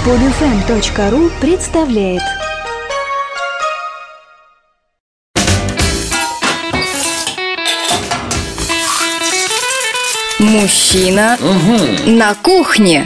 Podfm.ru представляет. Мужчина на кухне.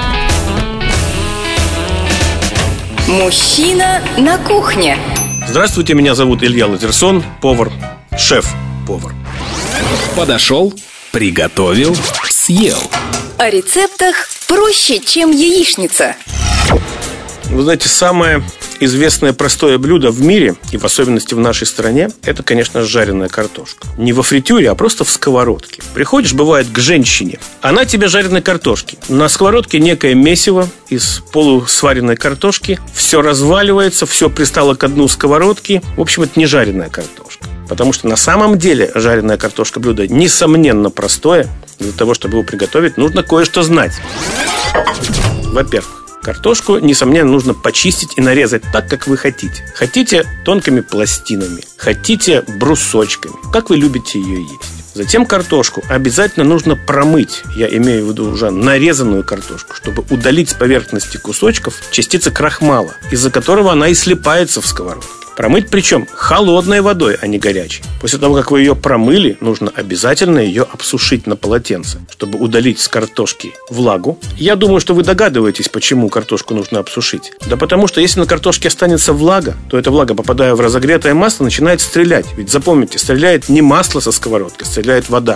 Мужчина на кухне. Здравствуйте, меня зовут Илья Лазерсон, повар, шеф-повар. Подошел, приготовил, съел. О рецептах проще, чем яичница. Вы знаете, самое известное простое блюдо в мире, и в особенности в нашей стране, это, конечно, жареная картошка. Не во фритюре, а просто в сковородке. Приходишь, бывает, к женщине, она тебе жареной картошки. На сковородке некое месиво из полусваренной картошки. Все разваливается, все пристало к дну сковородки. В общем, это не жареная картошка. Потому что на самом деле жареная картошка блюдо несомненно простое. Для того, чтобы его приготовить, нужно кое-что знать. Во-первых, картошку, несомненно, нужно почистить и нарезать так, как вы хотите. Хотите тонкими пластинами, хотите брусочками, как вы любите ее есть. Затем картошку обязательно нужно промыть. Я имею в виду уже нарезанную картошку, чтобы удалить с поверхности кусочков частицы крахмала, из-за которого она и слипается в сковородке. Промыть причем холодной водой, а не горячей. После того, как вы ее промыли, нужно обязательно ее обсушить на полотенце, чтобы удалить с картошки влагу. Я думаю, что вы догадываетесь, почему картошку нужно обсушить. Да потому что если на картошке останется влага, то эта влага, попадая в разогретое масло, начинает стрелять. Ведь запомните, стреляет не масло со сковородки, стреляет вода.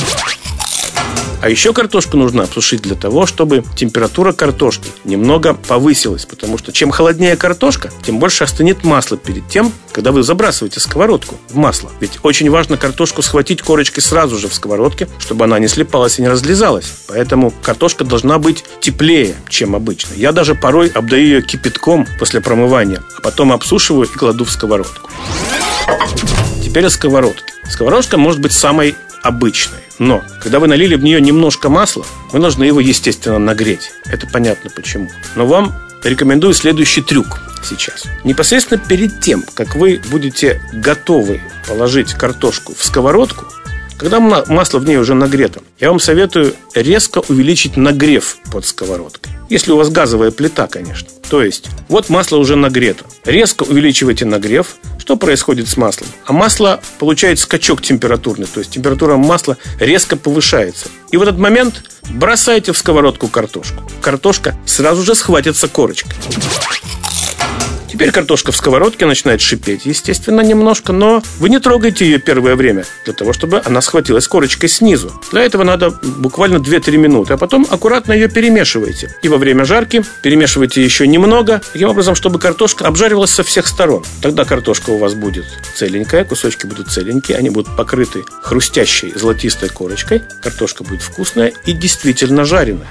А еще картошку нужно обсушить для того, чтобы температура картошки немного повысилась. Потому что чем холоднее картошка, тем больше остынет масло перед тем, когда вы забрасываете сковородку в масло. Ведь очень важно картошку схватить корочкой сразу же в сковородке, чтобы она не слипалась и не разлезалась. Поэтому картошка должна быть теплее, чем обычно. Я даже порой обдаю ее кипятком после промывания, а потом обсушиваю и кладу в сковородку. Теперь о сковородке. Сковородка может быть самой обычной. Но, когда вы налили в нее немножко масла, вы должны его, естественно, нагреть. Это понятно почему. Но вам рекомендую следующий трюк сейчас. Непосредственно перед тем, как вы будете готовы положить картошку в сковородку, когда масло в ней уже нагрето, я вам советую резко увеличить нагрев под сковородкой. Если у вас газовая плита, конечно. То есть, вот масло уже нагрето. Резко увеличивайте нагрев. Что происходит с маслом? А масло получает скачок температурный. То есть, температура масла резко повышается. И в этот момент бросайте в сковородку картошку. Картошка сразу же схватится корочкой. Теперь картошка в сковородке начинает шипеть, естественно, немножко, но вы не трогайте ее первое время, для того, чтобы она схватилась корочкой снизу. Для этого надо буквально 2-3 минуты, а потом аккуратно ее перемешивайте. И во время жарки перемешивайте еще немного, таким образом, чтобы картошка обжаривалась со всех сторон. Тогда картошка у вас будет целенькая, кусочки будут целенькие, они будут покрыты хрустящей золотистой корочкой, картошка будет вкусная и действительно жареная.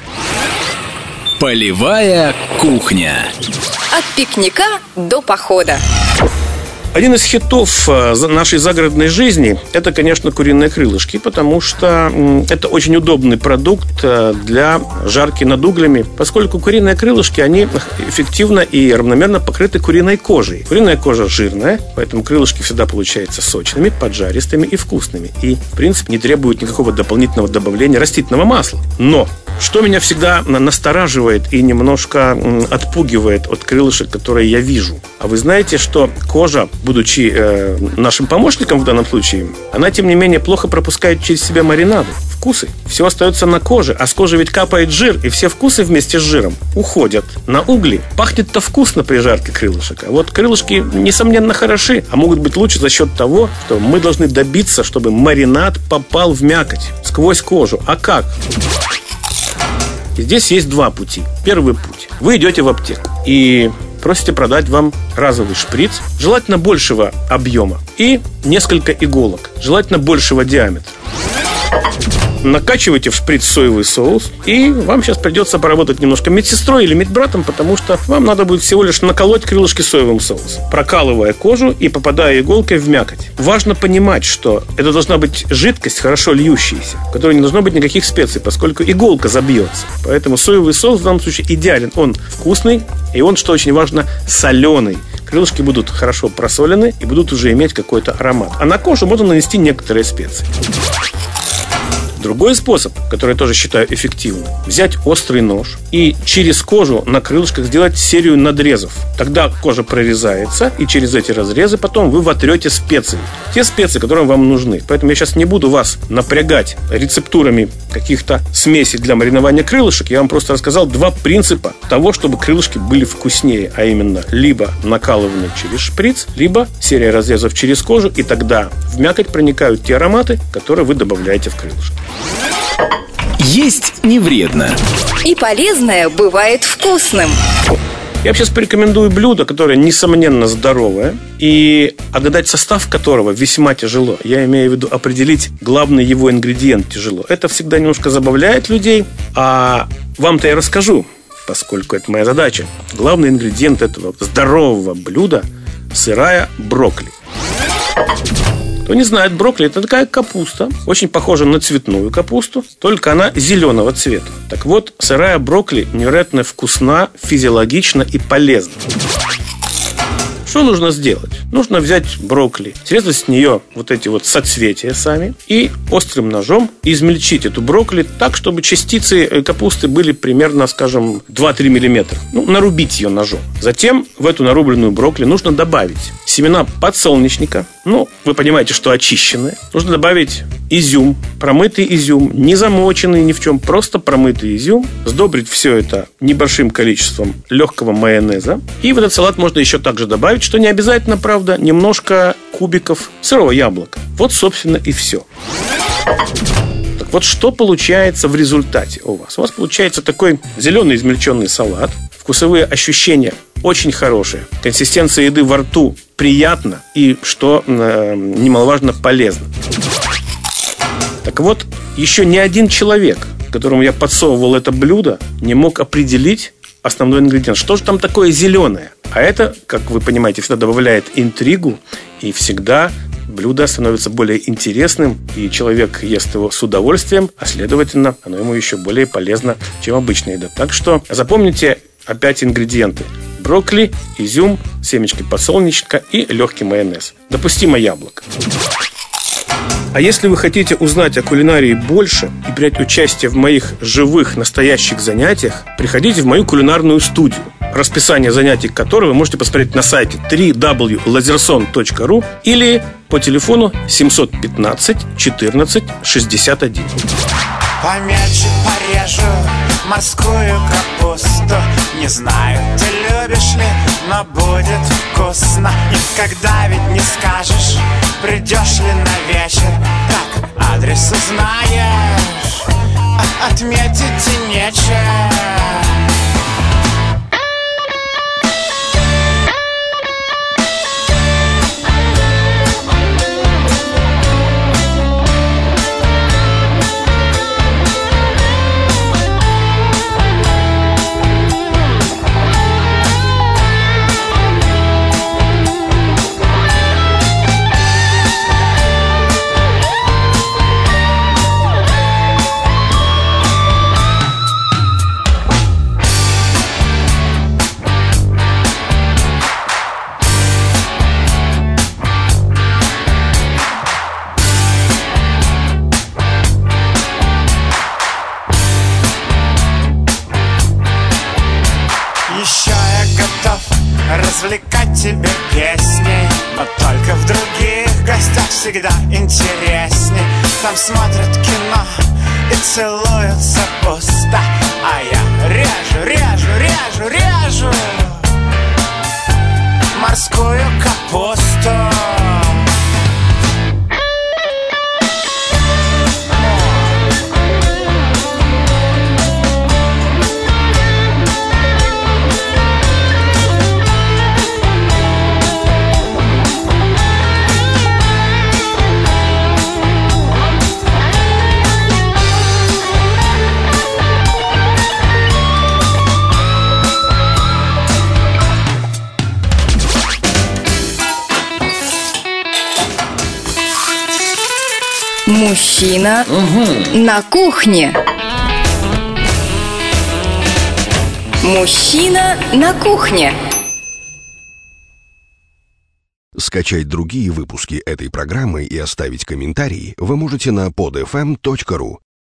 Полевая кухня. От пикника до похода. Один из хитов нашей загородной жизни – это, конечно, куриные крылышки, потому что это очень удобный продукт для жарки над углями, поскольку куриные крылышки, они эффективно и равномерно покрыты куриной кожей. Куриная кожа жирная, поэтому крылышки всегда получаются сочными, поджаристыми и вкусными. И, в принципе, не требуют никакого дополнительного добавления растительного масла. Но что меня всегда настораживает и немножко отпугивает от крылышек, которые я вижу. А вы знаете, что кожа, будучи нашим помощником в данном случае, она, тем не менее, плохо пропускает через себя маринады, вкусы. Все остается на коже, а с кожи ведь капает жир, и все вкусы вместе с жиром уходят на угли. Пахнет-то вкусно при жарке крылышек. А вот крылышки, несомненно, хороши, а могут быть лучше за счет того, что мы должны добиться, чтобы маринад попал в мякоть, сквозь кожу. А как? Здесь есть два пути. Первый путь. Вы идете в аптеку и просите продать вам разовый шприц, желательно большего объема, и несколько иголок, желательно большего диаметра. Накачивайте в шприц соевый соус, и вам сейчас придется поработать немножко медсестрой или медбратом, потому что вам надо будет всего лишь наколоть крылышки соевым соусом, прокалывая кожу и попадая иголкой в мякоть. Важно понимать, что это должна быть жидкость, хорошо льющаяся, в которой не должно быть никаких специй, поскольку иголка забьется. Поэтому соевый соус в данном случае идеален. Он вкусный, и он, что очень важно, соленый. Крылышки будут хорошо просолены и будут уже иметь какой-то аромат. А на кожу можно нанести некоторые специи. Другой способ, который я тоже считаю эффективным, взять острый нож и через кожу на крылышках сделать серию надрезов. Тогда кожа прорезается, и через эти разрезы потом вы вотрете специи. Те специи, которые вам нужны. Поэтому я сейчас не буду вас напрягать рецептурами каких-то смесей для маринования крылышек. Я вам просто рассказал два принципа того, чтобы крылышки были вкуснее. А именно, либо накалывание через шприц, либо серия разрезов через кожу. И тогда в мякоть проникают те ароматы, которые вы добавляете в крылышки. Есть не вредно. И полезное бывает вкусным. Я сейчас порекомендую блюдо, которое, несомненно, здоровое, и отгадать состав которого весьма тяжело. Я имею в виду определить главный его ингредиент тяжело. Это всегда немножко забавляет людей, а вам-то я расскажу, поскольку это моя задача. Главный ингредиент этого здорового блюда – сырая брокколи. Кто не знает, брокколи – это такая капуста, очень похожа на цветную капусту, только она зеленого цвета. Так вот, сырая брокколи невероятно вкусна, физиологична и полезна. Что нужно сделать? Нужно взять брокколи, срезать с нее вот эти вот соцветия сами и острым ножом измельчить эту брокколи так, чтобы частицы капусты были примерно, скажем, 2-3 миллиметра. Нарубить ее ножом. Затем в эту нарубленную брокколи нужно добавить семена подсолнечника. Вы понимаете, что очищенные. Нужно добавить изюм, промытый изюм, не замоченный ни в чем, просто промытый изюм. Сдобрить все это небольшим количеством легкого майонеза. И в этот салат можно еще также добавить, что не обязательно, правда, немножко кубиков сырого яблока. Вот, собственно, и все. Так вот, что получается в результате у вас? У вас получается такой зеленый измельченный салат. Вкусовые ощущения очень хорошие. Консистенция еды во рту приятна и, что немаловажно, полезно. Так вот, еще ни один человек, которому я подсовывал это блюдо, не мог определить основной ингредиент. Что же там такое зеленое? А это, как вы понимаете, всегда добавляет интригу, и всегда блюдо становится более интересным, и человек ест его с удовольствием, а следовательно, оно ему еще более полезно, чем обычная еда. Так что запомните опять ингредиенты: брокколи, изюм, семечки подсолнечника и легкий майонез. Допустимо яблоко. А если вы хотите узнать о кулинарии больше и принять участие в моих живых, настоящих занятиях, приходите в мою кулинарную студию, расписание занятий которой вы можете посмотреть на сайте www.lazerson.ru или по телефону 715 14 61. Помельче порежу морскую капусту. Не знаю, ты любишь ли, но будет вкусно. Никогда ведь не скажешь, придешь ли на вечер. Так адрес узнаешь, а отметить и нечем. Развлекать тебя песней, но только в других гостях всегда интересней. Там смотрят кино и целуются пусто, а я режу морскую капусту. Мужчина на кухне. Мужчина на кухне. Скачать другие выпуски этой программы и оставить комментарии вы можете на podfm.ru.